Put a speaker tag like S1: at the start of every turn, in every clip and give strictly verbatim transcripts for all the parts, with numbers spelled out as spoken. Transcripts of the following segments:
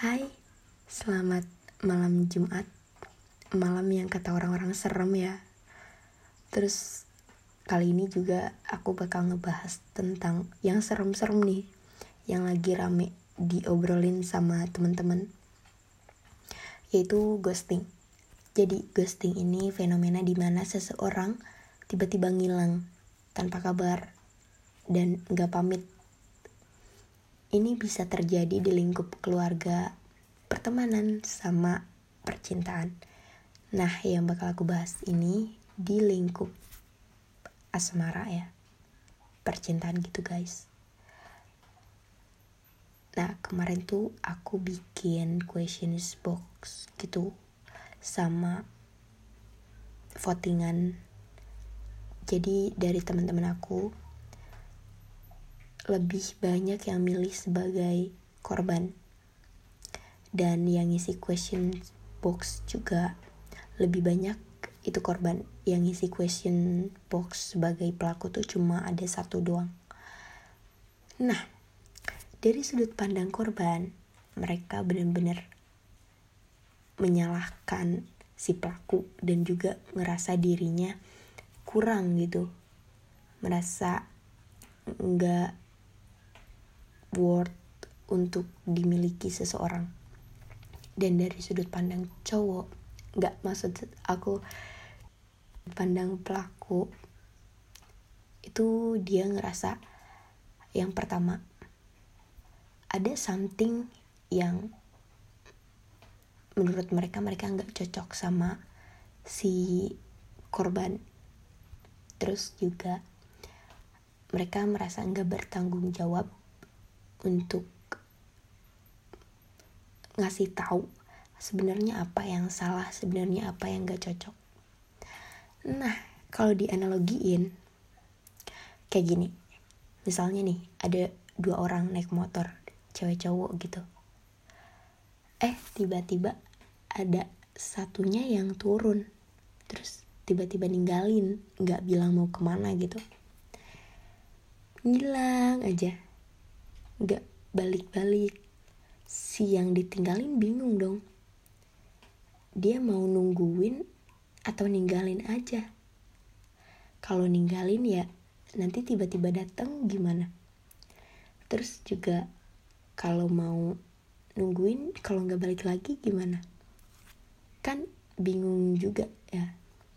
S1: Hai, selamat malam Jumat. Malam yang kata orang-orang serem ya. Terus kali ini juga aku bakal ngebahas tentang yang serem-serem nih, yang lagi rame diobrolin sama teman-teman, yaitu ghosting. Jadi ghosting ini fenomena dimana seseorang tiba-tiba ngilang tanpa kabar dan gak pamit. Ini bisa terjadi di lingkup keluarga, pertemanan, sama percintaan. Nah, yang bakal aku bahas ini di lingkup asmara ya, percintaan gitu guys. Nah, kemarin tuh aku bikin questions box gitu sama votingan. Jadi dari teman-teman aku lebih banyak yang milih sebagai korban, dan yang ngisi question box juga lebih banyak itu korban. Yang ngisi question box sebagai pelaku tuh cuma ada satu doang. Nah, dari sudut pandang korban, mereka benar-benar menyalahkan si pelaku dan juga ngerasa dirinya kurang gitu, merasa nggak worth untuk dimiliki seseorang. Dan dari sudut pandang cowok, nggak maksud aku pandang pelaku, itu dia ngerasa yang pertama ada something yang menurut mereka mereka nggak cocok sama si korban. Terus juga mereka merasa nggak bertanggung jawab untuk ngasih tahu sebenarnya apa yang salah, sebenarnya apa yang gak cocok. Nah, kalau dianalogiin kayak gini, misalnya nih ada dua orang naik motor, cewek cowok gitu. Eh, tiba-tiba ada satunya yang turun, terus tiba-tiba ninggalin, gak bilang mau kemana gitu. Ngilang aja, gak balik-balik. Si yang ditinggalin bingung dong, dia mau nungguin atau ninggalin aja. Kalau ninggalin ya nanti tiba-tiba datang gimana. Terus juga kalau mau nungguin, kalau gak balik lagi gimana, kan bingung juga ya.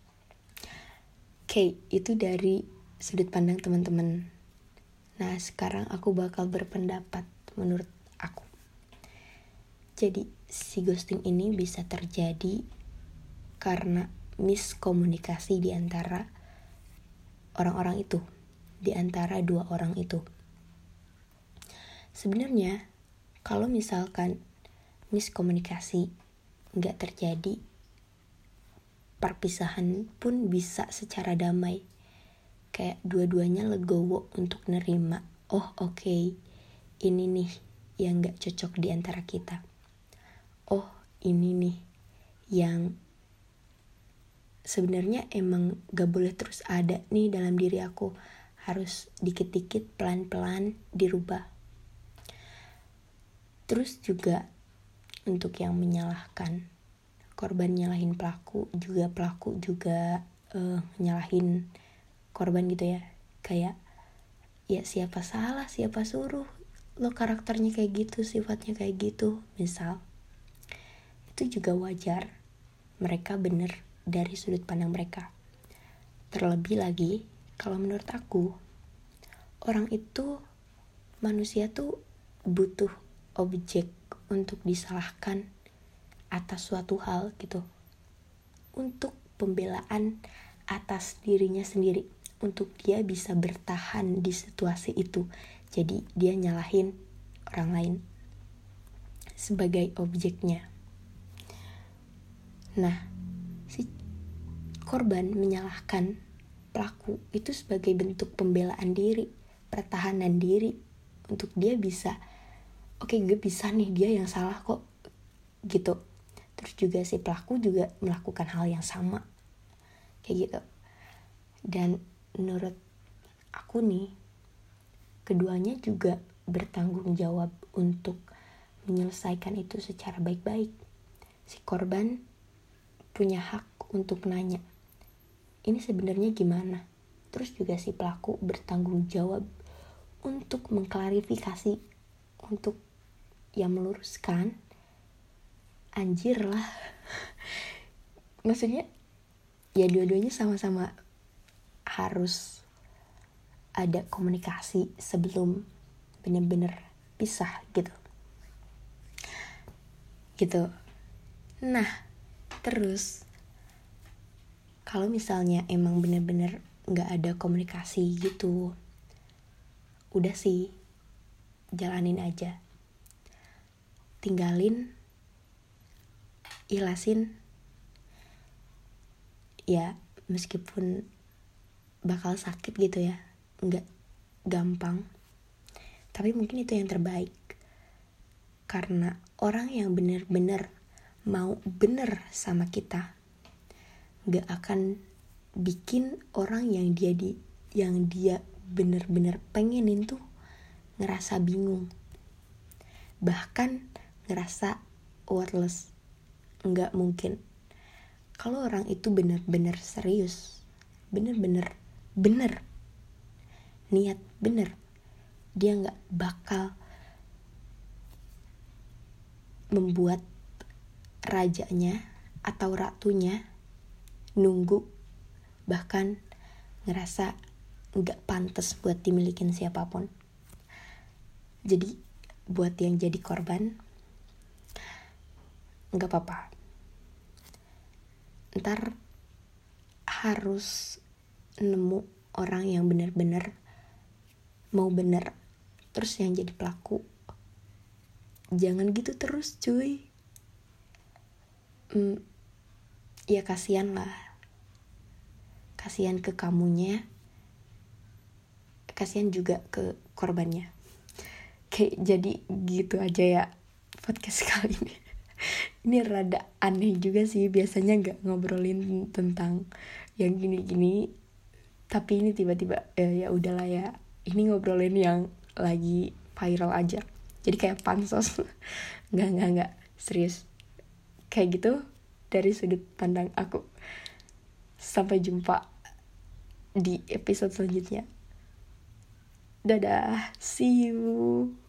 S1: Oke, itu dari sudut pandang teman-teman. Nah, sekarang aku bakal berpendapat menurut aku. Jadi, si ghosting ini bisa terjadi karena miskomunikasi di antara orang-orang itu, di antara dua orang itu. Sebenarnya, kalau misalkan miskomunikasi nggak terjadi, perpisahan pun bisa secara damai. Kayak dua-duanya legowo untuk nerima, oh oke, okay, ini nih yang nggak cocok di antara kita. Oh ini nih yang sebenarnya emang gak boleh terus ada nih dalam diri aku, harus dikit-dikit pelan-pelan dirubah. Terus juga untuk yang menyalahkan, korban nyalahin pelaku, juga pelaku juga uh, nyalahin korban gitu ya. Kayak ya siapa salah, siapa suruh lo karakternya kayak gitu, sifatnya kayak gitu misal. Itu juga wajar, mereka bener dari sudut pandang mereka. Terlebih lagi, kalau menurut aku, orang itu, manusia tuh butuh objek untuk disalahkan atas suatu hal gitu. Untuk pembelaan atas dirinya sendiri, untuk dia bisa bertahan di situasi itu. Jadi dia nyalahin orang lain sebagai objeknya. Nah, si korban menyalahkan pelaku itu sebagai bentuk pembelaan diri, pertahanan diri, untuk dia bisa, oke okay, gue bisa nih, dia yang salah kok gitu. Terus juga si pelaku juga melakukan hal yang sama kayak gitu. Dan menurut aku nih, keduanya juga bertanggung jawab untuk menyelesaikan itu secara baik-baik. Si korban punya hak untuk nanya, ini sebenarnya gimana? Terus juga si pelaku bertanggung jawab untuk mengklarifikasi, untuk ya meluruskan. Anjir lah. Maksudnya ya dua-duanya sama-sama harus ada komunikasi sebelum bener-bener pisah gitu. Gitu. Nah, terus kalau misalnya emang bener-bener gak ada komunikasi gitu, udah sih, jalanin aja. Tinggalin, ikhlasin. Ya, meskipun bakal sakit gitu ya, gak gampang. Tapi mungkin itu yang terbaik. Karena orang yang bener-bener mau bener sama kita gak akan bikin orang yang dia di yang dia bener-bener pengenin tuh ngerasa bingung, bahkan ngerasa worthless. Nggak mungkin. Kalau orang itu bener-bener serius, bener-bener bener niat bener, dia nggak bakal membuat rajanya atau ratunya nunggu, bahkan ngerasa gak pantas buat dimilikin siapapun. Jadi buat yang jadi korban, gak apa-apa. Ntar harus nemu orang yang bener-bener mau bener. Terus yang jadi pelaku, jangan gitu terus cuy. Hmm, ya kasihan lah. Kasihan ke kamunya, kasihan juga ke korbannya. Kayak jadi gitu aja ya podcast kali ini. Ini rada aneh juga sih, biasanya gak ngobrolin tentang yang gini-gini, tapi ini tiba-tiba eh, ya udahlah ya, ini ngobrolin yang lagi viral aja, jadi kayak pansos. Nggak nggak nggak serius kayak gitu dari sudut pandang aku. Sampai jumpa di episode selanjutnya. Dadah, see you.